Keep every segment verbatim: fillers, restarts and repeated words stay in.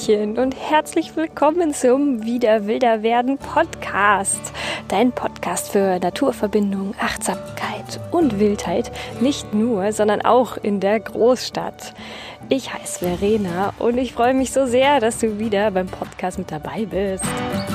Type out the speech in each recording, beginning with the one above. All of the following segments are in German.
Hallöchen und herzlich willkommen zum Wieder wilder werden Podcast. Dein Podcast für Naturverbindung, Achtsamkeit und Wildheit. Nicht nur, sondern auch in der Großstadt. Ich heiße Verena und ich freue mich so sehr, dass du wieder beim Podcast mit dabei bist.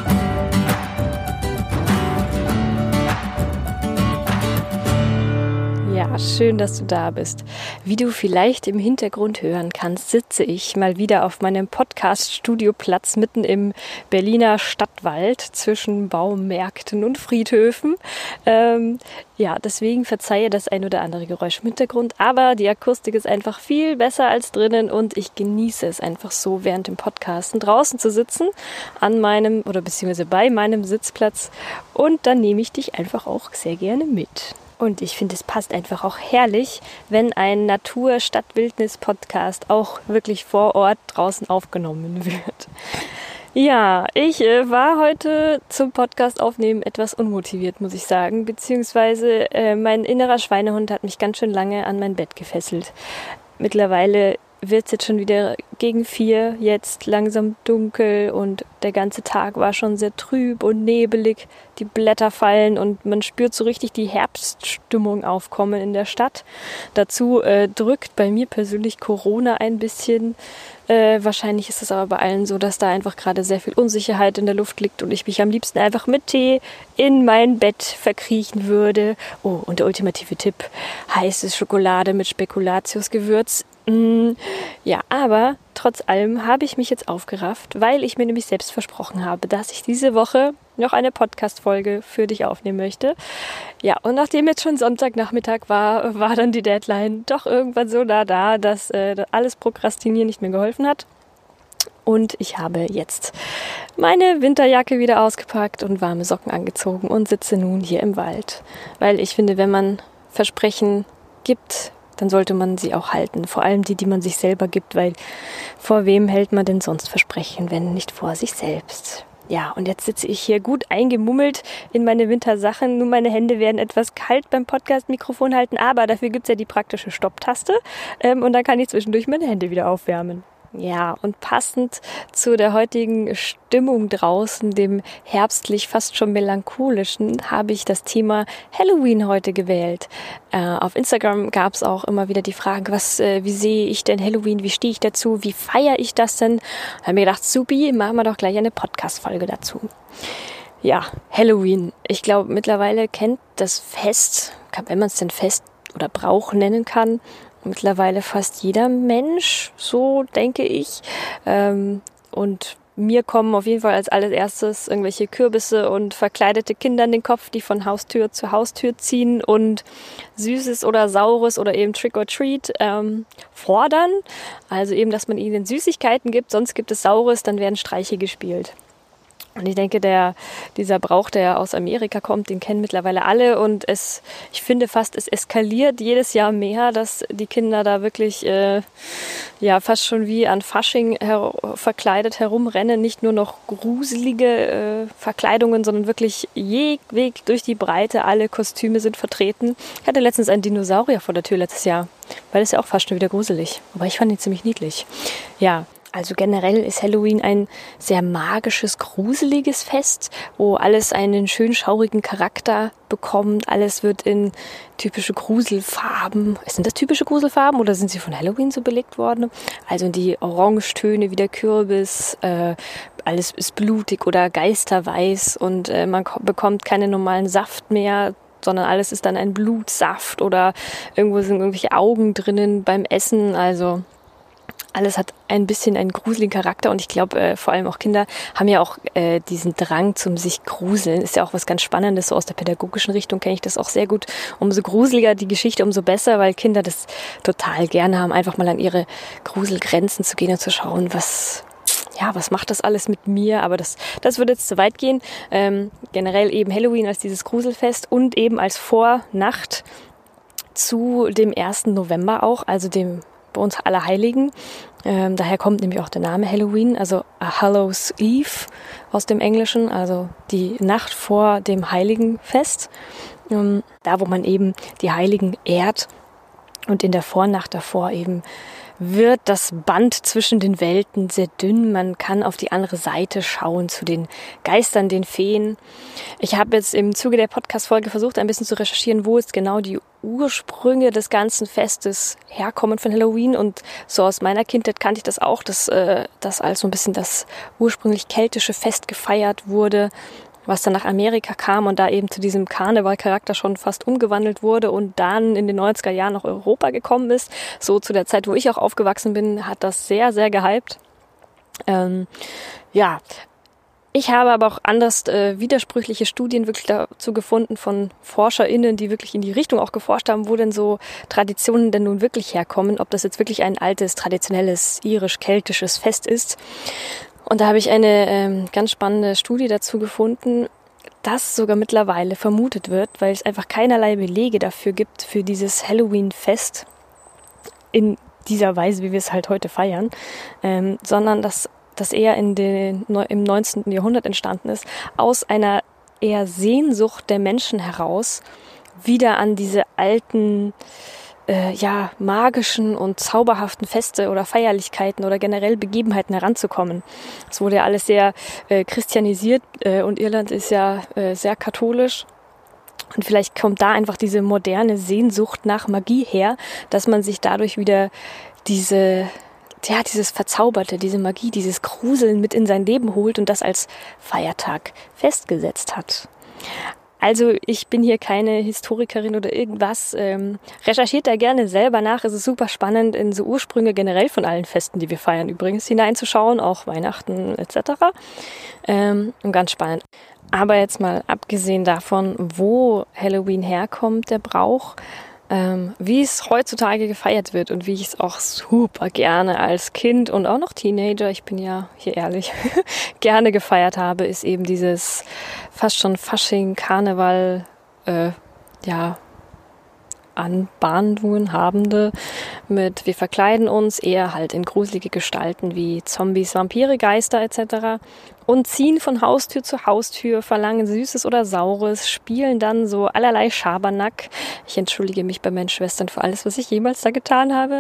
Ja, schön, dass du da bist. Wie du vielleicht im Hintergrund hören kannst, sitze ich mal wieder auf meinem Podcast-Studioplatz mitten im Berliner Stadtwald zwischen Baumärkten und Friedhöfen. Ähm, ja, deswegen verzeihe das ein oder andere Geräusch im Hintergrund, aber die Akustik ist einfach viel besser als drinnen und ich genieße es einfach so, während dem Podcasten draußen zu sitzen, an meinem oder beziehungsweise bei meinem Sitzplatz, und dann nehme ich dich einfach auch sehr gerne mit. Und ich finde, es passt einfach auch herrlich, wenn ein Natur-Stadt-Wildnis-Podcast auch wirklich vor Ort draußen aufgenommen wird. Ja, ich äh, war heute zum Podcast aufnehmen etwas unmotiviert, muss ich sagen. Beziehungsweise äh, mein innerer Schweinehund hat mich ganz schön lange an mein Bett gefesselt. Mittlerweile wird es jetzt schon wieder gegen vier, jetzt langsam dunkel und der ganze Tag war schon sehr trüb und nebelig. Die Blätter fallen und man spürt so richtig die Herbststimmung aufkommen in der Stadt. Dazu äh, drückt bei mir persönlich Corona ein bisschen. Äh, wahrscheinlich ist es aber bei allen so, dass da einfach gerade sehr viel Unsicherheit in der Luft liegt und ich mich am liebsten einfach mit Tee in mein Bett verkriechen würde. Oh, und der ultimative Tipp: heiße Schokolade mit Spekulatiusgewürz. Mm, ja, aber trotz allem habe ich mich jetzt aufgerafft, weil ich mir nämlich selbst versprochen habe, dass ich diese Woche noch eine Podcast-Folge für dich aufnehmen möchte. Ja, und nachdem jetzt schon Sonntagnachmittag war, war dann die Deadline doch irgendwann so da, da, dass äh, alles Prokrastinieren nicht mehr geholfen hat. Und ich habe jetzt meine Winterjacke wieder ausgepackt und warme Socken angezogen und sitze nun hier im Wald. Weil ich finde, wenn man Versprechen gibt, dann sollte man sie auch halten. Vor allem die, die man sich selber gibt, weil vor wem hält man denn sonst Versprechen, wenn nicht vor sich selbst? Ja, und jetzt sitze ich hier gut eingemummelt in meine Wintersachen. Nur meine Hände werden etwas kalt beim Podcast-Mikrofon halten, aber dafür gibt's ja die praktische Stopptaste ähm, und dann kann ich zwischendurch meine Hände wieder aufwärmen. Ja, und passend zu der heutigen Stimmung draußen, dem herbstlich fast schon melancholischen, habe ich das Thema Halloween heute gewählt. Äh, auf Instagram gab es auch immer wieder die Frage, was, äh, wie sehe ich denn Halloween, wie stehe ich dazu, wie feiere ich das denn? Da habe ich mir gedacht, supi, machen wir doch gleich eine Podcast-Folge dazu. Ja, Halloween. Ich glaube, mittlerweile kennt das Fest, wenn man es denn Fest oder Brauch nennen kann, mittlerweile fast jeder Mensch, so denke ich. Ähm, und mir kommen auf jeden Fall als allererstes irgendwelche Kürbisse und verkleidete Kinder in den Kopf, die von Haustür zu Haustür ziehen und Süßes oder Saures oder eben Trick or Treat ähm, fordern. Also eben, dass man ihnen Süßigkeiten gibt, sonst gibt es Saures, dann werden Streiche gespielt. Und ich denke, der, dieser Brauch, der aus Amerika kommt, den kennen mittlerweile alle. Und es, ich finde fast, es eskaliert jedes Jahr mehr, dass die Kinder da wirklich äh, ja fast schon wie an Fasching her- verkleidet herumrennen. Nicht nur noch gruselige äh, Verkleidungen, sondern wirklich jegweg durch die Breite. Alle Kostüme sind vertreten. Ich hatte letztens einen Dinosaurier vor der Tür letztes Jahr, weil das ist ja auch fast schon wieder gruselig. Aber ich fand ihn ziemlich niedlich. Ja. Also generell ist Halloween ein sehr magisches, gruseliges Fest, wo alles einen schön schaurigen Charakter bekommt. Alles wird in typische Gruselfarben. Sind das typische Gruselfarben oder sind sie von Halloween so belegt worden? Also die Orangetöne wie der Kürbis, äh, alles ist blutig oder geisterweiß und äh, man ko- bekommt keinen normalen Saft mehr, sondern alles ist dann ein Blutsaft oder irgendwo sind irgendwelche Augen drinnen beim Essen. Also alles hat ein bisschen einen gruseligen Charakter und ich glaube, äh, vor allem auch Kinder haben ja auch äh, diesen Drang zum sich gruseln. Ist ja auch was ganz Spannendes, so aus der pädagogischen Richtung kenne ich das auch sehr gut. Umso gruseliger die Geschichte, umso besser, weil Kinder das total gerne haben, einfach mal an ihre Gruselgrenzen zu gehen und zu schauen, was... Ja, was macht das alles mit mir? Aber das, das würde jetzt zu weit gehen. Ähm, generell eben Halloween als dieses Gruselfest und eben als Vornacht zu dem ersten November auch, also dem bei uns Allerheiligen. Ähm, daher kommt nämlich auch der Name Halloween, also A Hallows Eve aus dem Englischen, also die Nacht vor dem Heiligenfest. Ähm, da, wo man eben die Heiligen ehrt und in der Vornacht davor eben wird das Band zwischen den Welten sehr dünn. Man kann auf die andere Seite schauen, zu den Geistern, den Feen. Ich habe jetzt im Zuge der Podcast-Folge versucht, ein bisschen zu recherchieren, wo jetzt genau die Ursprünge des ganzen Festes herkommen von Halloween. Und so aus meiner Kindheit kannte ich das auch, dass äh, das als so ein bisschen das ursprünglich keltische Fest gefeiert wurde, was dann nach Amerika kam und da eben zu diesem Karneval-Charakter schon fast umgewandelt wurde und dann in den neunziger Jahren nach Europa gekommen ist. So zu der Zeit, wo ich auch aufgewachsen bin, hat das sehr, sehr gehypt. Ähm, ja, ich habe aber auch anders äh, widersprüchliche Studien wirklich dazu gefunden von ForscherInnen, die wirklich in die Richtung auch geforscht haben, wo denn so Traditionen denn nun wirklich herkommen, ob das jetzt wirklich ein altes, traditionelles, irisch-keltisches Fest ist. Und da habe ich eine ähm, ganz spannende Studie dazu gefunden, dass sogar mittlerweile vermutet wird, weil es einfach keinerlei Belege dafür gibt, für dieses Halloween-Fest in dieser Weise, wie wir es halt heute feiern, ähm, sondern dass das eher in den, im neunzehnten Jahrhundert entstanden ist, aus einer eher Sehnsucht der Menschen heraus, wieder an diese alten Äh, ja, magischen und zauberhaften Feste oder Feierlichkeiten oder generell Begebenheiten heranzukommen. Es wurde ja alles sehr äh, christianisiert äh, und Irland ist ja äh, sehr katholisch. Und vielleicht kommt da einfach diese moderne Sehnsucht nach Magie her, dass man sich dadurch wieder diese, ja, dieses Verzauberte, diese Magie, dieses Gruseln mit in sein Leben holt und das als Feiertag festgesetzt hat. Also ich bin hier keine Historikerin oder irgendwas. Ähm, recherchiert da gerne selber nach. Es ist super spannend, in so Ursprünge generell von allen Festen, die wir feiern übrigens, hineinzuschauen, auch Weihnachten et cetera. Ähm, und ganz spannend. Aber jetzt mal abgesehen davon, wo Halloween herkommt, der Brauch, ähm, wie es heutzutage gefeiert wird und wie ich es auch super gerne als Kind und auch noch Teenager, ich bin ja hier ehrlich, gerne gefeiert habe, ist eben dieses fast schon Fasching, Karneval, äh, ja, Anbahnungen habende mit wir verkleiden uns eher halt in gruselige Gestalten wie Zombies, Vampire, Geister et cetera und ziehen von Haustür zu Haustür, verlangen Süßes oder Saures, spielen dann so allerlei Schabernack. Ich entschuldige mich bei meinen Schwestern für alles, was ich jemals da getan habe.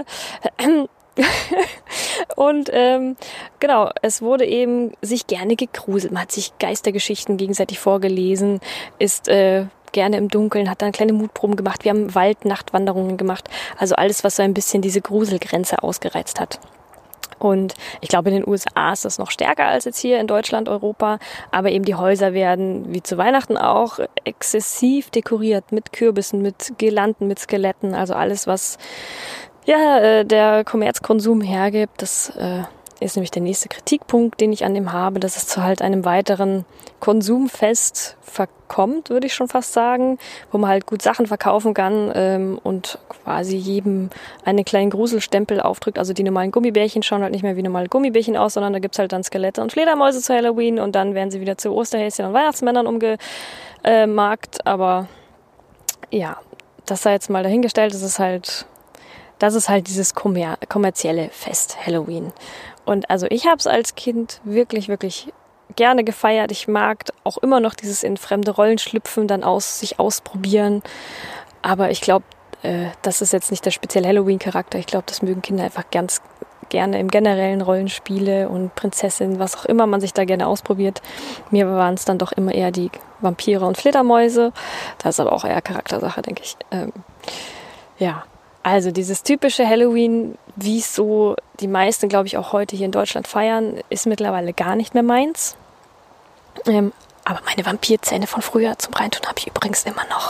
Und ähm, genau, es wurde eben sich gerne gegruselt. Man hat sich Geistergeschichten gegenseitig vorgelesen, ist äh, gerne im Dunkeln, hat dann kleine Mutproben gemacht. Wir haben Waldnachtwanderungen gemacht. Also alles, was so ein bisschen diese Gruselgrenze ausgereizt hat. Und ich glaube, in den U S A ist das noch stärker als jetzt hier in Deutschland, Europa. Aber eben die Häuser werden, wie zu Weihnachten auch, exzessiv dekoriert mit Kürbissen, mit Girlanden, mit Skeletten. Also alles, was ja äh, der Kommerzkonsum hergibt. Das äh, ist nämlich der nächste Kritikpunkt, den ich an dem habe, dass es zu halt einem weiteren Konsumfest verkommt, würde ich schon fast sagen, wo man halt gut Sachen verkaufen kann ähm, und quasi jedem einen kleinen Gruselstempel aufdrückt. Also die normalen Gummibärchen schauen halt nicht mehr wie normale Gummibärchen aus, sondern da gibt's halt dann Skelette und Fledermäuse zu Halloween und dann werden sie wieder zu Osterhäschen und Weihnachtsmännern umgemarkt. Aber ja, das sei jetzt mal dahingestellt, das ist halt, das ist halt dieses kommer- kommerzielle Fest Halloween. Und also ich habe es als Kind wirklich, wirklich gerne gefeiert. Ich mag auch immer noch dieses in fremde Rollen schlüpfen, dann aus sich ausprobieren. Aber ich glaube, äh, das ist jetzt nicht der spezielle Halloween-Charakter. Ich glaube, das mögen Kinder einfach ganz gerne im generellen Rollenspiele und Prinzessin, was auch immer man sich da gerne ausprobiert. Mir waren es dann doch immer eher die Vampire und Fledermäuse. Das ist aber auch eher Charaktersache, denke ich. Ähm, ja. Also dieses typische Halloween, wie es so die meisten, glaube ich, auch heute hier in Deutschland feiern, ist mittlerweile gar nicht mehr meins. Ähm, aber meine Vampirzähne von früher zum Reintun habe ich übrigens immer noch.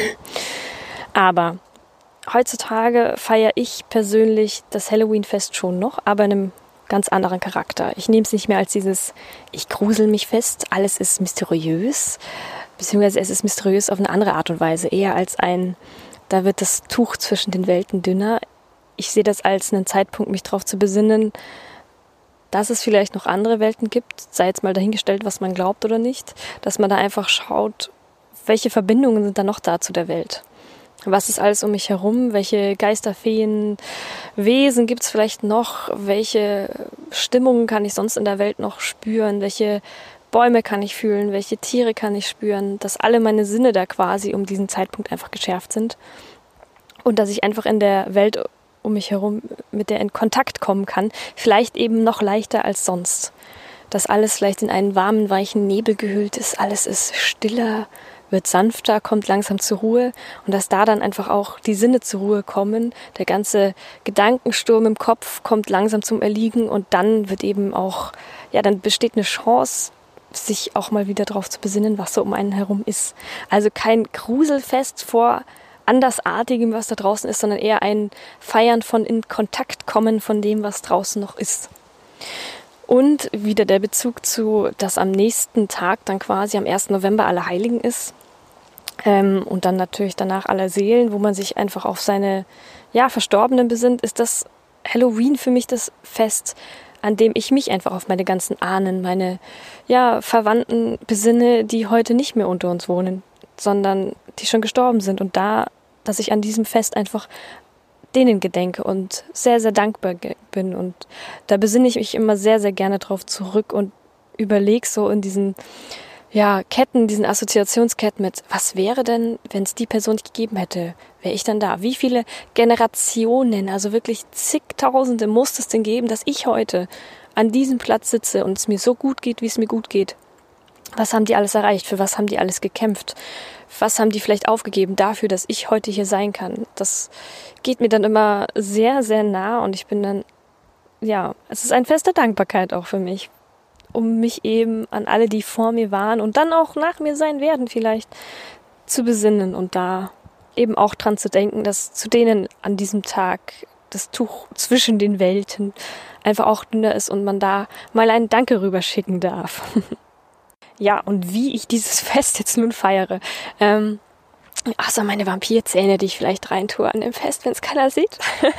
Aber heutzutage feiere ich persönlich das Halloween-Fest schon noch, aber in einem ganz anderen Charakter. Ich nehme es nicht mehr als dieses, ich grusel mich fest, alles ist mysteriös, beziehungsweise es ist mysteriös auf eine andere Art und Weise, eher als ein, da wird das Tuch zwischen den Welten dünner. Ich sehe das als einen Zeitpunkt, mich darauf zu besinnen, dass es vielleicht noch andere Welten gibt, sei jetzt mal dahingestellt, was man glaubt oder nicht, dass man da einfach schaut, welche Verbindungen sind da noch da zu der Welt. Was ist alles um mich herum? Welche Geister, Feen, Wesen gibt es vielleicht noch? Welche Stimmungen kann ich sonst in der Welt noch spüren? Welche Bäume kann ich fühlen? Welche Tiere kann ich spüren? Dass alle meine Sinne da quasi um diesen Zeitpunkt einfach geschärft sind. Und dass ich einfach in der Welt um mich herum mit der in Kontakt kommen kann, vielleicht eben noch leichter als sonst. Dass alles vielleicht in einen warmen, weichen Nebel gehüllt ist, alles ist stiller, wird sanfter, kommt langsam zur Ruhe und dass da dann einfach auch die Sinne zur Ruhe kommen, der ganze Gedankensturm im Kopf kommt langsam zum Erliegen und dann wird eben auch, ja, dann besteht eine Chance, sich auch mal wieder darauf zu besinnen, was so um einen herum ist. Also kein Gruselfest vor Andersartigem, was da draußen ist, sondern eher ein Feiern von in Kontakt kommen von dem, was draußen noch ist. Und wieder der Bezug zu, dass am nächsten Tag dann quasi am ersten November Allerheiligen ist. Ähm, und dann natürlich danach Allerseelen, wo man sich einfach auf seine ja, Verstorbenen besinnt, ist das Halloween für mich das Fest, an dem ich mich einfach auf meine ganzen Ahnen, meine ja, Verwandten besinne, die heute nicht mehr unter uns wohnen, sondern die schon gestorben sind. Und da, dass ich an diesem Fest einfach denen gedenke und sehr, sehr dankbar bin. Und da besinne ich mich immer sehr, sehr gerne drauf zurück und überlege so in diesen ja, Ketten, diesen Assoziationsketten mit, was wäre denn, wenn es die Person nicht gegeben hätte? Wäre ich dann da? Wie viele Generationen, also wirklich zigtausende muss es denn geben, dass ich heute an diesem Platz sitze und es mir so gut geht, wie es mir gut geht? Was haben die alles erreicht? Für was haben die alles gekämpft? Was haben die vielleicht aufgegeben dafür, dass ich heute hier sein kann? Das geht mir dann immer sehr, sehr nah und ich bin dann, ja, es ist ein Fest der Dankbarkeit auch für mich, um mich eben an alle, die vor mir waren und dann auch nach mir sein werden vielleicht, zu besinnen und da eben auch dran zu denken, dass zu denen an diesem Tag das Tuch zwischen den Welten einfach auch dünner ist und man da mal einen Danke rüberschicken darf. Ja, und wie ich dieses Fest jetzt nun feiere. Ähm, Achso, meine Vampirzähne, die ich vielleicht reintue an dem Fest, wenn es keiner sieht.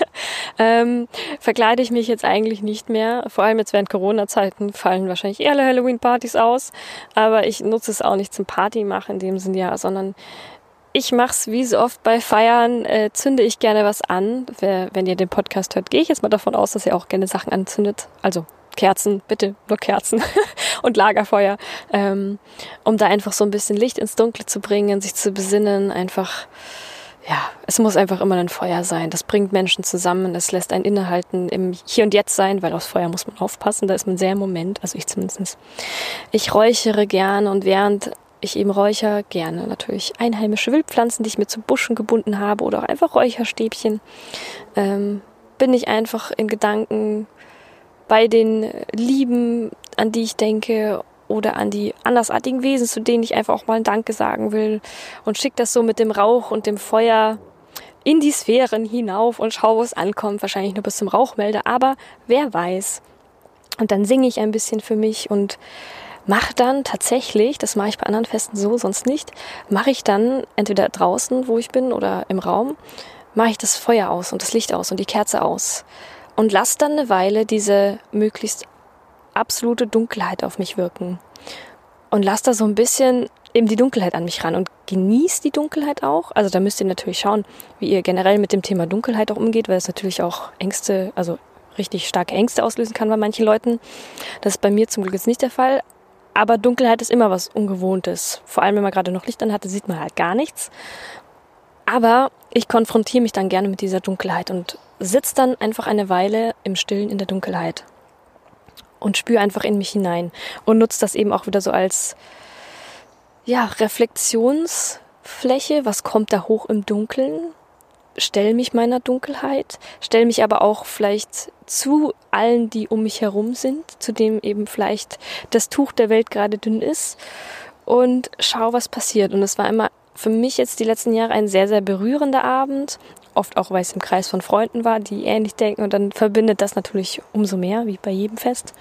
ähm, verkleide ich mich jetzt eigentlich nicht mehr. Vor allem jetzt während Corona-Zeiten fallen wahrscheinlich eher alle Halloween-Partys aus. Aber ich nutze es auch nicht zum Party machen in dem Sinne, ja, sondern ich mache es wie so oft bei Feiern, äh, zünde ich gerne was an. Wer, wenn ihr den Podcast hört, gehe ich jetzt mal davon aus, dass ihr auch gerne Sachen anzündet. Also Kerzen, bitte nur Kerzen und Lagerfeuer, ähm, um da einfach so ein bisschen Licht ins Dunkle zu bringen, sich zu besinnen, einfach, ja, es muss einfach immer ein Feuer sein. Das bringt Menschen zusammen, es lässt einen innehalten, im Hier und Jetzt sein, weil aufs Feuer muss man aufpassen, da ist man sehr im Moment, also ich zumindest. Ich räuchere gerne und während ich eben räuchere, gerne natürlich einheimische Wildpflanzen, die ich mir zu Buschen gebunden habe oder auch einfach Räucherstäbchen, ähm, bin ich einfach in Gedanken bei den Lieben, an die ich denke oder an die andersartigen Wesen, zu denen ich einfach auch mal ein Danke sagen will und schicke das so mit dem Rauch und dem Feuer in die Sphären hinauf und schaue, wo es ankommt, wahrscheinlich nur bis zum Rauchmelder, aber wer weiß. Und dann singe ich ein bisschen für mich und mache dann tatsächlich, das mache ich bei anderen Festen so, sonst nicht, mache ich dann entweder draußen, wo ich bin oder im Raum, mache ich das Feuer aus und das Licht aus und die Kerze aus. Und lass dann eine Weile diese möglichst absolute Dunkelheit auf mich wirken. Und lass da so ein bisschen eben die Dunkelheit an mich ran und genieß die Dunkelheit auch. Also da müsst ihr natürlich schauen, wie ihr generell mit dem Thema Dunkelheit auch umgeht, weil es natürlich auch Ängste, also richtig starke Ängste auslösen kann bei manchen Leuten. Das ist bei mir zum Glück jetzt nicht der Fall. Aber Dunkelheit ist immer was Ungewohntes. Vor allem, wenn man gerade noch Licht an hatte, sieht man halt gar nichts. Aber ich konfrontiere mich dann gerne mit dieser Dunkelheit und sitze dann einfach eine Weile im Stillen in der Dunkelheit und spüre einfach in mich hinein und nutze das eben auch wieder so als ja, Reflexionsfläche. Was kommt da hoch im Dunkeln? Stell mich meiner Dunkelheit, stell mich aber auch vielleicht zu allen, die um mich herum sind, zu dem eben vielleicht das Tuch der Welt gerade dünn ist und schau, was passiert. Und es war immer für mich jetzt die letzten Jahre ein sehr, sehr berührender Abend. Oft auch, weil es im Kreis von Freunden war, die ähnlich denken. Und dann verbindet das natürlich umso mehr, wie bei jedem Fest.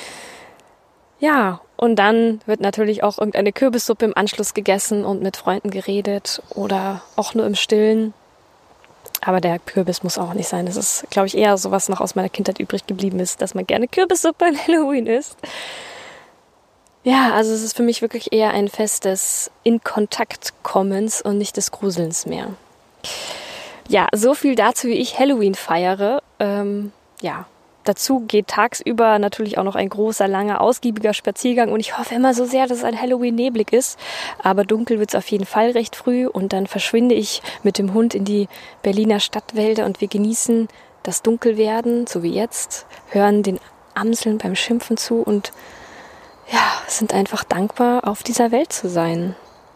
Ja, und dann wird natürlich auch irgendeine Kürbissuppe im Anschluss gegessen und mit Freunden geredet oder auch nur im Stillen. Aber der Kürbis muss auch nicht sein. Das ist, glaube ich, eher so, was noch aus meiner Kindheit übrig geblieben ist, dass man gerne Kürbissuppe an Halloween isst. Ja, also es ist für mich wirklich eher ein Fest des In-Kontakt-Kommens und nicht des Gruselns mehr. Ja, so viel dazu, wie ich Halloween feiere. Ähm, ja, dazu geht tagsüber natürlich auch noch ein großer, langer, ausgiebiger Spaziergang und ich hoffe immer so sehr, dass es ein Halloween-neblig ist. Aber dunkel wird es auf jeden Fall recht früh und dann verschwinde ich mit dem Hund in die Berliner Stadtwälder und wir genießen das Dunkelwerden, so wie jetzt, hören den Amseln beim Schimpfen zu und ja, sind einfach dankbar, auf dieser Welt zu sein.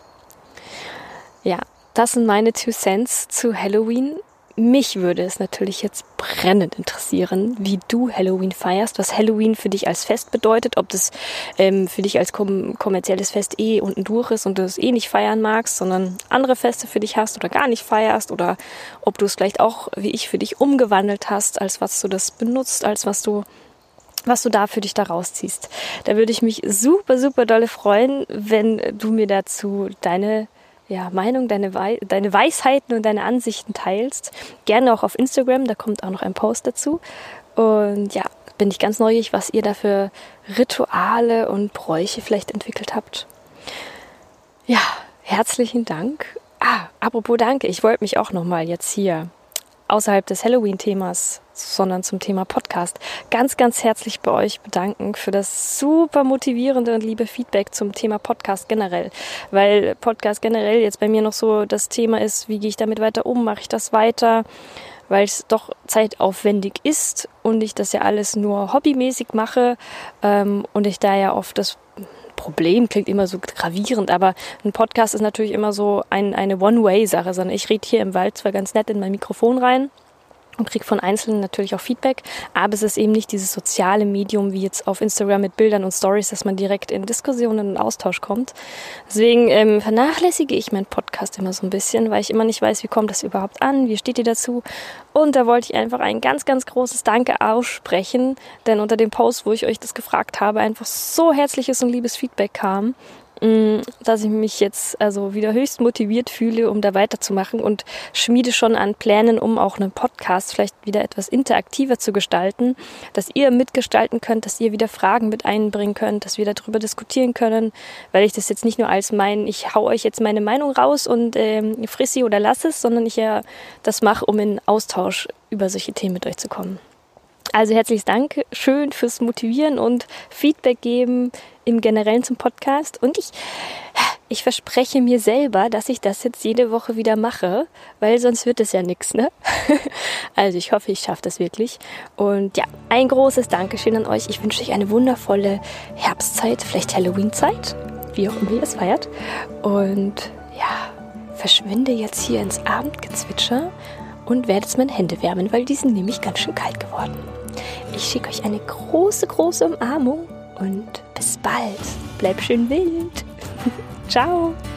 Ja, das sind meine Two Cents zu Halloween. Mich würde es natürlich jetzt brennend interessieren, wie du Halloween feierst, was Halloween für dich als Fest bedeutet, ob das ähm, für dich als kom- kommerzielles Fest eh unten durch ist und du es eh nicht feiern magst, sondern andere Feste für dich hast oder gar nicht feierst, oder ob du es vielleicht auch, wie ich, für dich umgewandelt hast, als was du das benutzt, als was du was du da für dich da rausziehst. Da würde ich mich super, super dolle freuen, wenn du mir dazu deine ja, Meinung, deine, Wei- deine Weisheiten und deine Ansichten teilst. Gerne auch auf Instagram, da kommt auch noch ein Post dazu. Und ja, bin ich ganz neugierig, was ihr da für Rituale und Bräuche vielleicht entwickelt habt. Ja, herzlichen Dank. Ah, apropos Danke, ich wollte mich auch nochmal jetzt hier außerhalb des Halloween-Themas, sondern zum Thema Podcast, ganz, ganz herzlich bei euch bedanken für das super motivierende und liebe Feedback zum Thema Podcast generell. Weil Podcast generell jetzt bei mir noch so das Thema ist, wie gehe ich damit weiter um, mache ich das weiter, weil es doch zeitaufwendig ist und ich das ja alles nur hobbymäßig mache ähm, und ich da ja oft das Problem klingt immer so gravierend, aber ein Podcast ist natürlich immer so ein, eine One-Way-Sache, sondern ich rede hier im Wald zwar ganz nett in mein Mikrofon rein und kriege von Einzelnen natürlich auch Feedback, aber es ist eben nicht dieses soziale Medium wie jetzt auf Instagram mit Bildern und Stories, dass man direkt in Diskussionen und Austausch kommt. Deswegen ähm, vernachlässige ich meinen Podcast immer so ein bisschen, weil ich immer nicht weiß, wie kommt das überhaupt an, wie steht ihr dazu? Und da wollte ich einfach ein ganz, ganz großes Danke aussprechen, denn unter dem Post, wo ich euch das gefragt habe, einfach so herzliches und liebes Feedback kam, dass ich mich jetzt also wieder höchst motiviert fühle, um da weiterzumachen und schmiede schon an Plänen, um auch einen Podcast vielleicht wieder etwas interaktiver zu gestalten, dass ihr mitgestalten könnt, dass ihr wieder Fragen mit einbringen könnt, dass wir darüber diskutieren können, weil ich das jetzt nicht nur als mein, ich hau euch jetzt meine Meinung raus und ähm, friss sie oder lass es, sondern ich ja das mache, um in Austausch über solche Themen mit euch zu kommen. Also herzliches Dank, schön fürs Motivieren und Feedback geben im Generellen zum Podcast. Und ich, ich verspreche mir selber, dass ich das jetzt jede Woche wieder mache, weil sonst wird es ja nichts, ne? Also ich hoffe, ich schaffe das wirklich. Und ja, ein großes Dankeschön an euch. Ich wünsche euch eine wundervolle Herbstzeit, vielleicht Halloween-Zeit, wie auch immer ihr es feiert. Und ja, verschwinde jetzt hier ins Abendgezwitscher und werde jetzt meine Hände wärmen, weil die sind nämlich ganz schön kalt geworden. Ich schicke euch eine große, große Umarmung und bis bald. Bleib schön wild. Ciao.